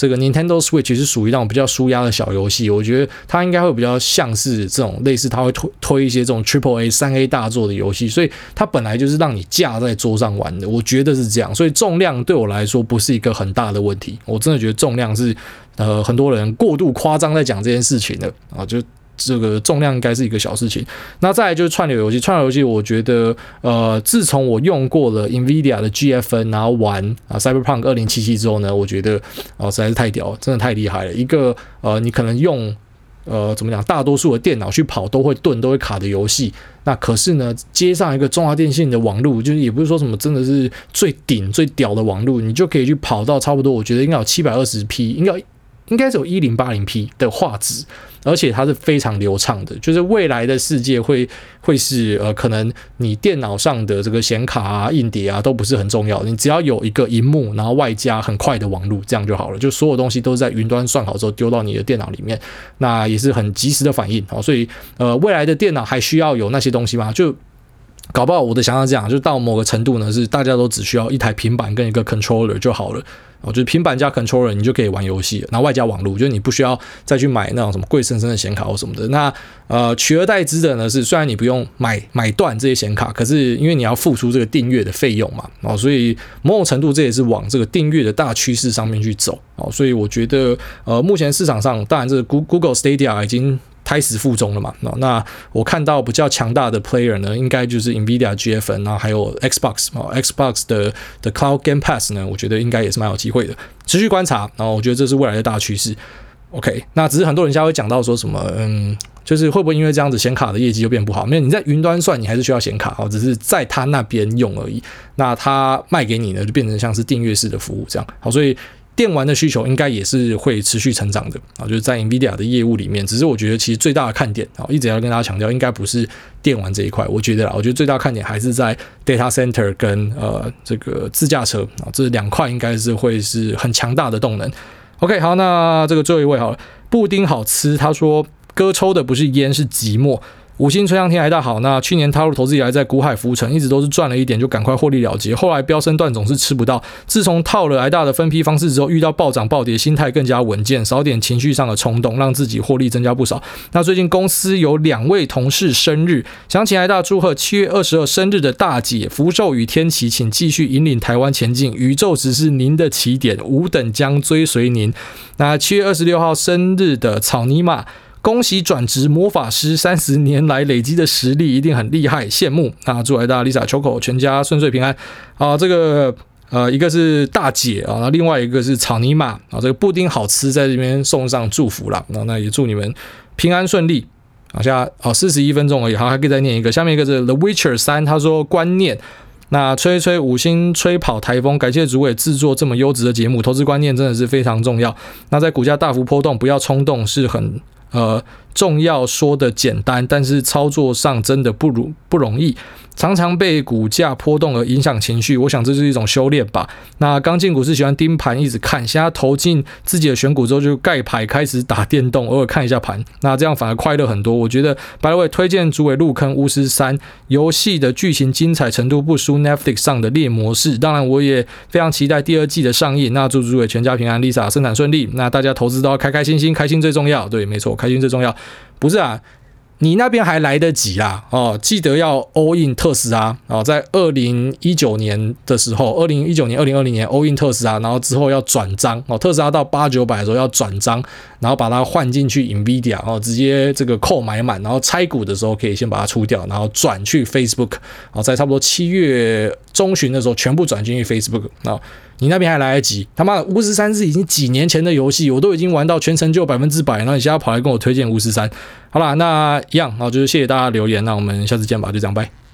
Speaker 1: 这个 Nintendo Switch 是属于那种比较舒压的小游戏，我觉得它应该会比较像是这种类似它会推推一些这种 Triple A 三 A 大作的游戏，所以它本来就是让你架在桌上玩的，我觉得是这样，所以重量对我来说不是一个很大的问题，我真的觉得重量是呃很多人过度夸张在讲这件事情的啊，就。这个重量应该是一个小事情，那再来就是串流游戏。串流游戏，我觉得，呃，自从我用过了 Nvidia 的 G F N， 然后玩啊 Cyberpunk 二零七七之后呢，我觉得哦、呃、实在是太屌了，真的太厉害了。一个呃，你可能用呃怎么讲，大多数的电脑去跑都会顿都会卡的游戏，那可是呢，接上一个中华电信的网路，就是也不是说什么真的是最顶最屌的网路，你就可以去跑到差不多，我觉得应该有 七百二十 P， 应该应该是有 一零八零 P 的画质。而且它是非常流畅的，就是未来的世界会会是呃，可能你电脑上的这个显卡啊、硬碟啊都不是很重要，你只要有一个萤幕，然后外加很快的网路，这样就好了。就所有东西都是在云端算好之后丢到你的电脑里面，那也是很及时的反应。好，所以呃，未来的电脑还需要有那些东西吗？就搞不好我的想法这样，就到某个程度呢，是大家都只需要一台平板跟一个 controller 就好了。哦，就是平板加 controller 你就可以玩游戏了，然后外加网路，就是你不需要再去买那种什么贵生生的显卡或什么的。那呃取而代之的呢是，虽然你不用买买断这些显卡，可是因为你要付出这个订阅的费用嘛，哦，所以某种程度这也是往这个订阅的大趋势上面去走。哦，所以我觉得呃目前市场上，当然这个 Google Stadia 已经胎死腹中了嘛，那我看到比较强大的 player 呢，应该就是 Nvidia G F N， 然后还有 Xbox， Xbox 的的 Cloud Game Pass 呢，我觉得应该也是蛮有机会的，持续观察，然后我觉得这是未来的大趋势。OK， 那只是很多人现在会讲到说什么，嗯，就是会不会因为这样子显卡的业绩就变不好？没有，你在云端算，你还是需要显卡，只是在他那边用而已。那他卖给你呢，就变成像是订阅式的服务这样。好，所以电玩的需求应该也是会持续成长的啊，就是在 Nvidia 的业务里面。只是我觉得其实最大的看点啊，一直要跟大家强调，应该不是电玩这一块。我觉得啦，我觉得最大的看点还是在 data center 跟呃这个自驾车啊，这两块应该是会是很强大的动能。OK， 好，那这个最后一位好了，布丁好吃，他说哥抽的不是烟是寂寞。五星吹向天来大好，那去年踏入投资以来，在股海浮沉，一直都是赚了一点就赶快获利了结，后来飙升段总是吃不到。自从套了挨大的分批方式之后，遇到暴涨暴跌，心态更加稳健，少点情绪上的冲动，让自己获利增加不少。那最近公司有两位同事生日，想请挨大祝贺七月二十二生日的大姐，福寿与天齐，请继续引领台湾前进，宇宙只是您的起点，吾等将追随您。那七月二十六号生日的草泥马，恭喜转职魔法师，三十年来累积的实力一定很厉害，羡慕。那祝来大 Lisa Choco 全家顺遂平安啊！这个呃，一个是大姐啊，那另外一个是草泥马啊，这个布丁好吃，在这边送上祝福啦。那那也祝你们平安顺利。好，现在哦四十一分钟而已，好，还可以再念一个。下面一个是 The Witcher 三，他说观念。那吹吹五星吹跑台风，感谢主委制作这么优质的节目，投资观念真的是非常重要。那在股价大幅波动，不要冲动是很呃重要，说的简单，但是操作上真的不如不容易，常常被股价波动而影响情绪。我想这是一种修炼吧。那刚进股市喜欢盯盘一直看，现在投进自己的选股之后就盖牌开始打电动，偶尔看一下盘，那这样反而快乐很多。我觉得by the way推荐主委入坑巫师三，游戏的剧情精彩程度不输 Netflix 上的猎魔士。当然我也非常期待第二季的上映。那祝主委全家平安 ，Lisa 生产顺利。那大家投资都要开开心心，开心最重要。对，没错，开心最重要。不是啊，你那边还来得及啦哦，记得要 all in 特斯拉哦，在二零一九年的时候，二零一九年、二零二零年 all in 特斯拉，然后之后要转账哦，特斯拉到八九百的时候要转账，然后把它换进去 Nvidia 哦，直接这个扣买满，然后拆股的时候可以先把它出掉，然后转去 Facebook 哦，在差不多七月中旬的时候全部转进去 Facebook 哦。你那边还来得及，他妈的巫师三是已经几年前的游戏，我都已经玩到全成就百分之百，然后你现在跑来跟我推荐巫师三，好啦，那一样，就是谢谢大家留言，那我们下次见吧，就这样，拜。